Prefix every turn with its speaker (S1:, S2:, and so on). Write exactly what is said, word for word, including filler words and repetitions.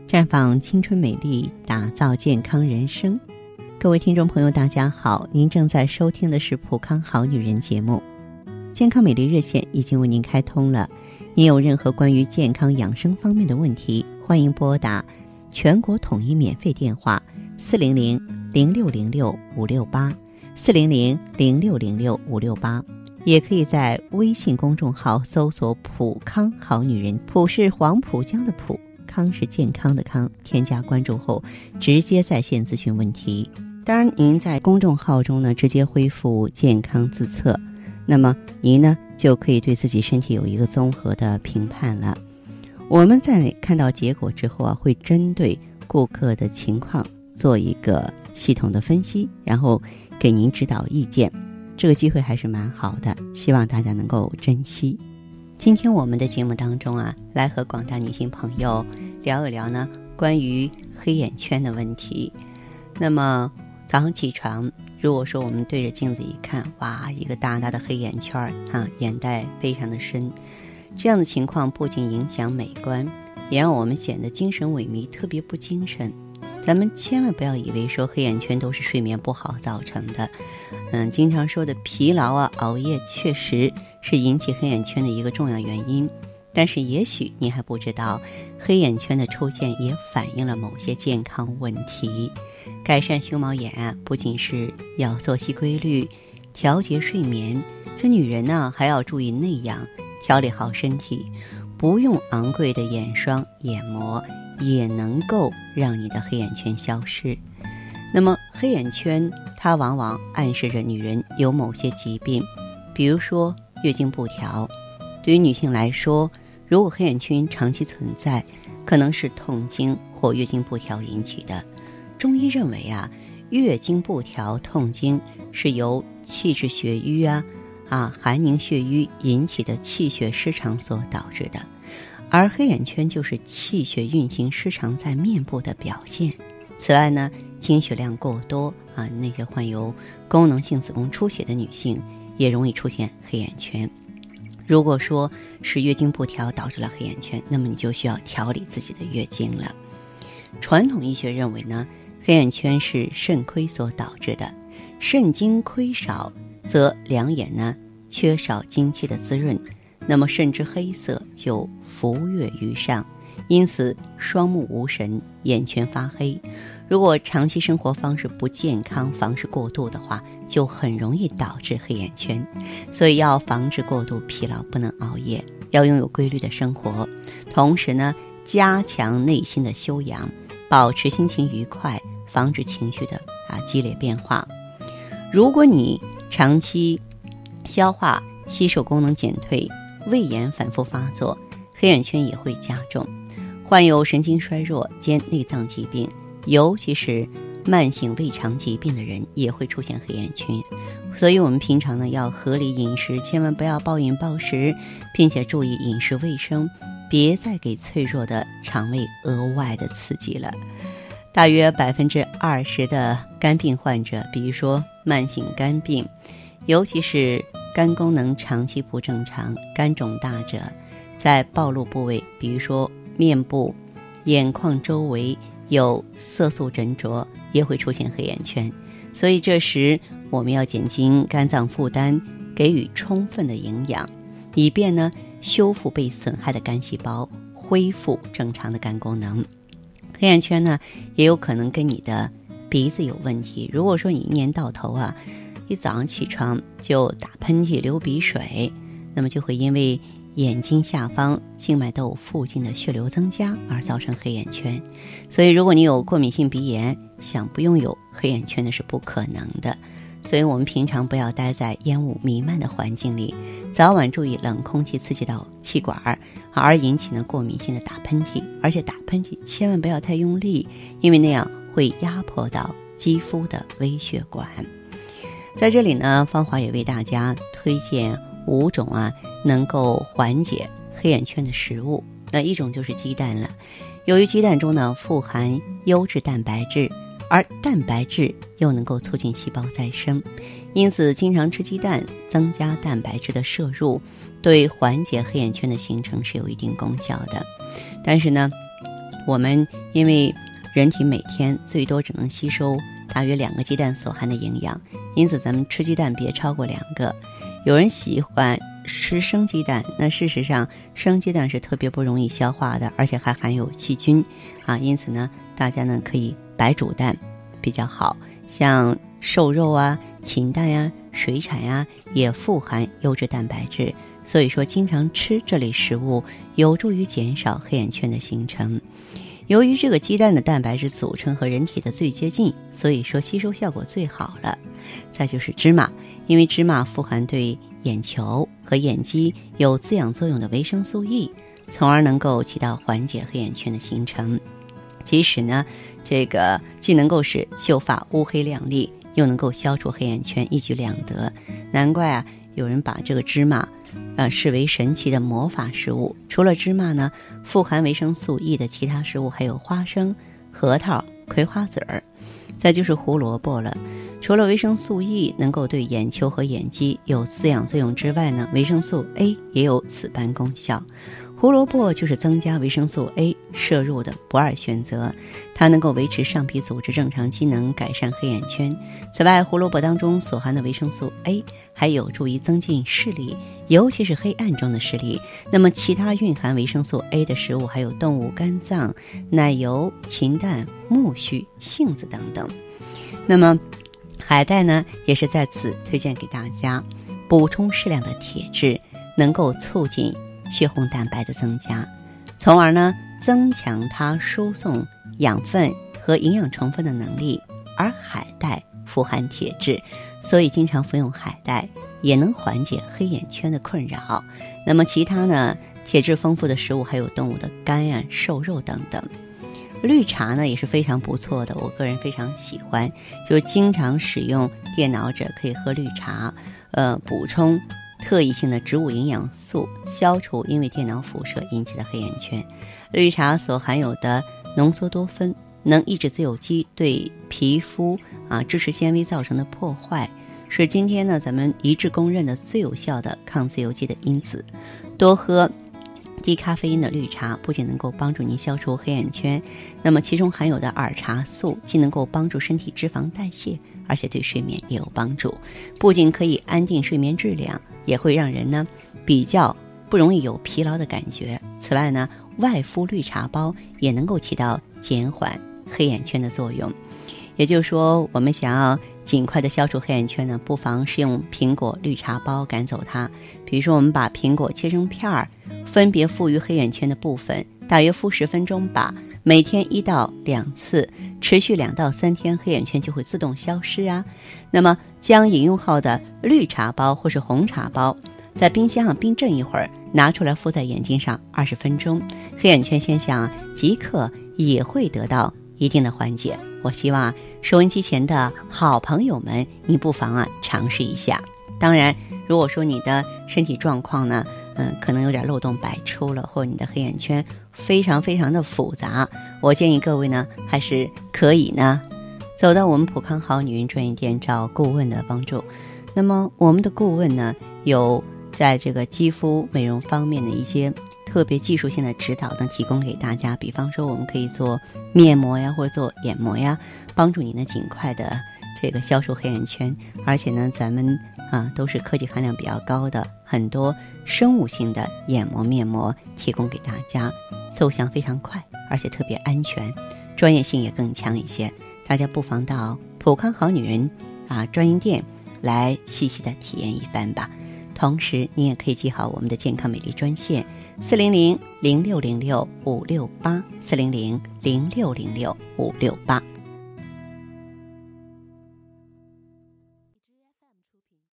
S1: 绽放青春美丽，打造健康人生。各位听众朋友大家好，您正在收听的是普康好女人节目。健康美丽热线已经为您开通了，您有任何关于健康养生方面的问题，欢迎拨打全国统一免费电话四零零零六零六五六八四零零零六零六五六八，也可以在微信公众号搜索普康好女人，普是黄浦江的浦，康是健康的康，添加关注后直接在线咨询问题。当然您在公众号中呢直接恢复健康自测，那么您呢就可以对自己身体有一个综合的评判了。我们在看到结果之后啊，会针对顾客的情况做一个系统的分析，然后给您指导意见，这个机会还是蛮好的，希望大家能够珍惜。今天我们的节目当中啊，来和广大女性朋友聊一聊呢关于黑眼圈的问题。那么早上起床，如果说我们对着镜子一看，哇，一个大大的黑眼圈啊，眼袋非常的深，这样的情况不仅影响美观，也让我们显得精神萎靡，特别不精神。咱们千万不要以为说黑眼圈都是睡眠不好造成的，嗯，经常说的疲劳啊、熬夜确实是引起黑眼圈的一个重要原因，但是也许你还不知道，黑眼圈的出现也反映了某些健康问题。改善熊猫眼啊，不仅是要作息规律、调节睡眠，这女人呢还要注意内养，调理好身体，不用昂贵的眼霜、眼膜，也能够让你的黑眼圈消失。那么黑眼圈它往往暗示着女人有某些疾病，比如说月经不调。对于女性来说，如果黑眼圈长期存在，可能是痛经或月经不调引起的。中医认为啊，月经不调、痛经是由气滞血瘀啊、啊寒凝血瘀引起的气血失常所导致的，而黑眼圈就是气血运行失常在面部的表现。此外呢，经血量过多啊，那些患有功能性子宫出血的女性也容易出现黑眼圈。如果说是月经不调导致了黑眼圈，那么你就需要调理自己的月经了。传统医学认为呢，黑眼圈是肾亏所导致的，肾精亏少则两眼呢缺少精气的滋润，那么肾之黑色就浮越于上，因此双目无神，眼圈发黑。如果长期生活方式不健康，房事过度的话，就很容易导致黑眼圈。所以要防止过度疲劳，不能熬夜，要拥有规律的生活，同时呢加强内心的修养，保持心情愉快，防止情绪的啊激烈变化。如果你长期消化吸收功能减退，胃炎反复发作，黑眼圈也会加重。患有神经衰弱兼内脏疾病，尤其是慢性胃肠疾病的人也会出现黑眼圈。所以我们平常呢要合理饮食，千万不要暴饮暴食，并且注意饮食卫生，别再给脆弱的肠胃额外的刺激了。大约百分之二十的肝病患者，比如说慢性肝病，尤其是肝功能长期不正常、肝肿大者，在暴露部位，比如说面部、眼眶周围有色素沉着，也会出现黑眼圈。所以这时我们要减轻肝脏负担，给予充分的营养，以便呢修复被损害的肝细胞，恢复正常的肝功能。黑眼圈呢也有可能跟你的鼻子有问题。如果说你一年到头啊一早上起床就打喷嚏流鼻水，那么就会因为眼睛下方静脉窦附近的血流增加而造成黑眼圈。所以如果你有过敏性鼻炎，想不拥有黑眼圈的是不可能的。所以我们平常不要待在烟雾弥漫的环境里，早晚注意冷空气刺激到气管，而引起呢过敏性的打喷嚏。而且打喷嚏千万不要太用力，因为那样会压迫到肌肤的微血管。在这里呢，芳华也为大家推荐五种啊能够缓解黑眼圈的食物。那一种就是鸡蛋了，由于鸡蛋中呢富含优质蛋白质，而蛋白质又能够促进细胞再生，因此经常吃鸡蛋，增加蛋白质的摄入，对缓解黑眼圈的形成是有一定功效的。但是呢， 我们因为人体每天最多只能吸收大约两个鸡蛋所含的营养，因此咱们吃鸡蛋别超过两个。有人喜欢吃生鸡蛋，那事实上生鸡蛋是特别不容易消化的，而且还含有细菌啊，因此呢大家呢可以白煮蛋比较好。像瘦肉啊、禽蛋呀、水产呀也富含优质蛋白质，所以说经常吃这类食物有助于减少黑眼圈的形成。由于这个鸡蛋的蛋白质组成和人体的最接近，所以说吸收效果最好了。再就是芝麻，因为芝麻富含对眼球和眼肌有滋养作用的维生素 E， 从而能够起到缓解黑眼圈的形成。即使呢这个既能够使秀发乌黑亮丽，又能够消除黑眼圈，一举两得。难怪啊有人把这个芝麻呃视为神奇的魔法食物。除了芝麻呢，富含维生素 E 的其他食物还有花生、核桃、葵花籽儿，再就是胡萝卜了。除了维生素 E 能够对眼球和眼肌有滋养作用之外呢，维生素 A 也有此般功效。胡萝卜就是增加维生素 A 摄入的不二选择，它能够维持上皮组织正常机能，改善黑眼圈。此外，胡萝卜当中所含的维生素 A 还有助于增进视力，尤其是黑暗中的视力。那么其他蕴含维生素 A 的食物还有动物肝脏、奶油、禽蛋、苜蓿、杏子等等。那么海带呢也是在此推荐给大家，补充适量的铁质，能够促进血红蛋白的增加，从而呢增强它输送养分和营养成分的能力。而海带富含铁质，所以经常服用海带也能缓解黑眼圈的困扰。那么其他呢铁质丰富的食物还有动物的肝呀、瘦肉等等。绿茶呢也是非常不错的，我个人非常喜欢，就是经常使用电脑者可以喝绿茶，呃，补充特异性的植物营养素，消除因为电脑辐射引起的黑眼圈。绿茶所含有的浓缩多酚能抑制自由基对皮肤啊支持纤维造成的破坏，是今天呢咱们一致公认的最有效的抗自由基的因子。多喝低咖啡因的绿茶不仅能够帮助您消除黑眼圈，那么其中含有的儿茶素既能够帮助身体脂肪代谢，而且对睡眠也有帮助。不仅可以安定睡眠质量，也会让人呢比较不容易有疲劳的感觉。此外呢，外敷绿茶包也能够起到减缓黑眼圈的作用。也就是说，我们想要尽快的消除黑眼圈呢，不妨是用苹果绿茶包赶走它。比如说我们把苹果切成片儿，分别敷于黑眼圈的部分，大约敷十分钟吧，每天一到两次，持续两到三天，黑眼圈就会自动消失啊。那么将饮用后的绿茶包或是红茶包在冰箱上冰镇一会儿，拿出来敷在眼睛上二十分钟，黑眼圈现象即刻也会得到一定的缓解。我希望啊，收音机前的好朋友们，你不妨啊尝试一下。当然，如果说你的身体状况呢，嗯，可能有点漏洞百出了，或者你的黑眼圈非常非常的复杂，我建议各位呢，还是可以呢，走到我们普康好女人专业店找顾问的帮助。那么我们的顾问呢，有在这个肌肤美容方面的一些特别技术性的指导呢，提供给大家。比方说我们可以做面膜呀，或者做眼膜呀，帮助你呢尽快的这个消除黑眼圈。而且呢咱们啊都是科技含量比较高的很多生物性的眼膜面膜提供给大家，奏效非常快，而且特别安全，专业性也更强一些。大家不妨到普康好女人啊专营店来细细的体验一番吧。同时你也可以记好我们的健康美丽专线四零零零六零六五六八四零零零六零六五六八。